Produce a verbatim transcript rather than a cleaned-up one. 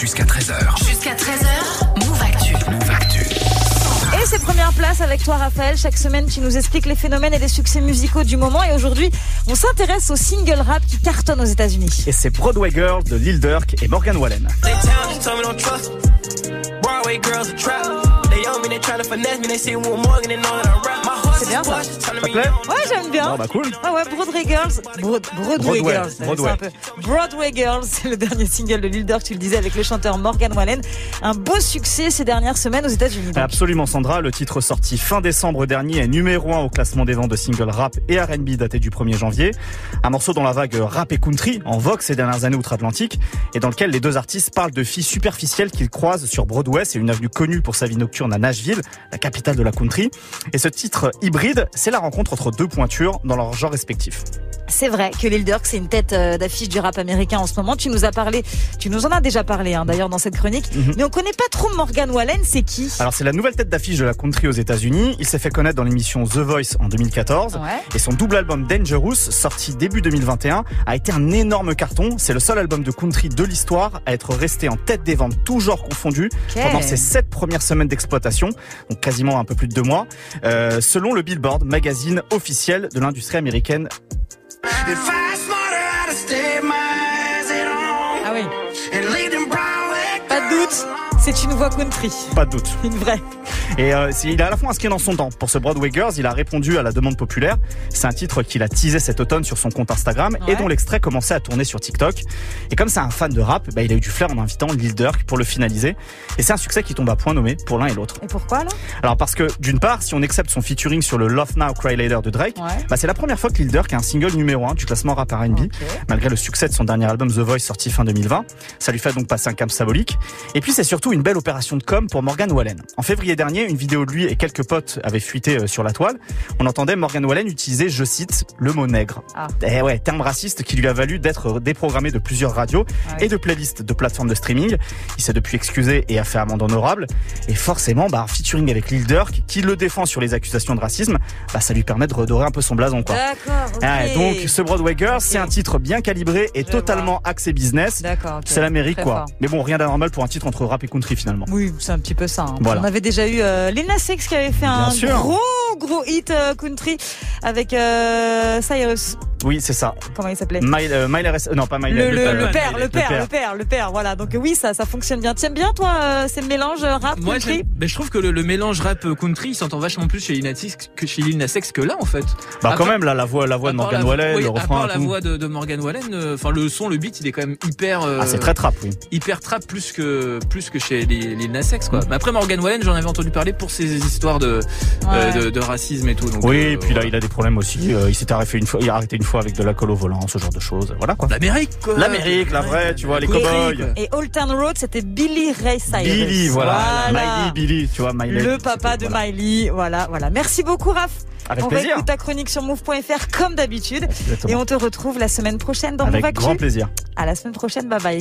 Jusqu'à treize heures. Jusqu'à treize heures, Move Actu. Move Actu. Et c'est première place avec toi, Raphaël. Chaque semaine, tu nous expliques les phénomènes et les succès musicaux du moment. Et aujourd'hui, on s'intéresse au single rap qui cartonne aux États-Unis. Et c'est Broadway Girls de Lil Durk et Morgan Wallen. C'est bien ça. Ça te plaît? Ouais, j'aime bien. Oh, bah cool. Ah ouais, Broadway Girls. Broad- Broadway, Broadway, Girls. Broadway. C'est un peu. Broadway Girls, c'est le dernier single de Lil Durk, tu le disais, avec le chanteur Morgan Wallen. Un beau succès ces dernières semaines aux États-Unis. donc. Absolument, Sandra. Le titre sorti fin décembre dernier est numéro un au classement des ventes de singles rap et R and B daté du premier janvier. Un morceau dans la vague rap et country, en vogue ces dernières années outre-Atlantique, et dans lequel les deux artistes parlent de filles superficielles qu'ils croisent sur Broadway. C'est une avenue connue pour sa vie nocturne à Nashville, la capitale de la country. Et ce titre hybride, c'est la rencontre entre deux pointures dans leur genre respectif. C'est vrai que Lil Durk, c'est une tête euh, d'affiche du rap américain en ce moment. Tu nous as parlé, tu nous en as déjà parlé hein, d'ailleurs dans cette chronique. Mm-hmm. Mais on connaît pas trop Morgan Wallen, c'est qui? Alors c'est la nouvelle tête d'affiche de la country aux États-Unis. Il s'est fait connaître dans l'émission The Voice en deux mille quatorze. Ouais. Et son double album Dangerous, sorti début deux mille vingt et un, a été un énorme carton. C'est le seul album de country de l'histoire à être resté en tête des ventes, tous genres confondus, okay. pendant ses sept premières semaines d'exploitation, donc quasiment un peu plus de deux mois, euh, selon le Billboard, magazine officiel de l'industrie américaine. Ah oui. Pas de doute, c'est une voix country. Pas de doute. Une vraie. Et euh, il est à la fois inscrit dans son temps. Pour ce Broadway Girls, il a répondu à la demande populaire. C'est un titre qu'il a teasé cet automne sur son compte Instagram, ouais. et dont l'extrait commençait à tourner sur TikTok. Et comme c'est un fan de rap, bah, il a eu du flair en invitant Lil Durk pour le finaliser. Et c'est un succès qui tombe à point nommé pour l'un et l'autre. Et pourquoi là? Alors parce que d'une part, si on accepte son featuring sur le Love Now, Cry Later de Drake, ouais. bah, c'est la première fois que Lil Durk a un single numéro un du classement rap R and B, okay. malgré le succès de son dernier album The Voice sorti fin deux mille vingt. Ça lui fait donc passer un cap symbolique. Et puis c'est surtout une belle opération de com pour Morgan Wallen. En février dernier, une vidéo de lui et quelques potes avaient fuité sur la toile. On entendait Morgan Wallen utiliser, je cite, le mot nègre. Ah. Eh ouais, terme raciste qui lui a valu d'être déprogrammé de plusieurs radios ah oui. et de playlists de plateformes de streaming. Il s'est depuis excusé et a fait amende honorable. Et forcément, bah, featuring avec Lil Durk, qui le défend sur les accusations de racisme, bah, ça lui permet de redorer un peu son blason, quoi. D'accord, ok. Ah, donc, ce Broadway Girls, okay. c'est un titre bien calibré et je totalement vois. axé business. D'accord, okay. C'est l'Amérique, Très quoi. fort. Mais bon, rien d'anormal pour un titre entre rap et country, finalement. Oui, c'est un petit peu ça. Hein. Voilà. On avait déjà eu euh, Lil Nas X qui avait fait un sûr. gros, gros hit euh, country avec euh, Cyrus. Oui, c'est ça. Comment il s'appelait? Miley, euh, Miley, non pas Miley. Le, le, le, le, père, le, le père, père, le père, le père. Voilà. Donc oui, ça, ça fonctionne bien. T'aimes bien toi euh, ces mélanges rap Moi, country? Ben, je trouve que le, le mélange rap country, il s'entend vachement plus chez Lil Nas X que chez Lil Nas X que là, en fait. Bah à quand part, même là, la voix, la voix de Morgan Wallen, oui, le refrain. À part la tout. voix de, de Morgan Wallen, enfin euh, le son, le beat, il est quand même hyper. Euh, ah, c'est très trap, oui. Hyper trap plus que plus que chez les, les Nas X, quoi. Mm. Mais après Morgan Wallen, j'en avais entendu parler pour ses histoires de ouais. euh, de, de racisme et tout. Donc, oui, euh, et puis voilà. là, il a des problèmes aussi. Euh, il s'est arrêté une fois, il a arrêté une fois avec de l'alcool au volant, ce genre de choses. Voilà quoi. L'Amérique, quoi. L'Amérique, la vraie, tu vois, les oui, cow-boys. Et Old Town Road, c'était Billy Ray Cyrus. Billy, voilà. voilà. Miley, Billy, tu vois, Miley. Le papa de voilà. Miley, voilà, voilà. Merci beaucoup, Raph. Avec on plaisir. réécoute ta chronique sur move point f r comme d'habitude. Exactement. Et on te retrouve la semaine prochaine dans Avec Move Actu. grand plaisir. À la semaine prochaine, bye bye.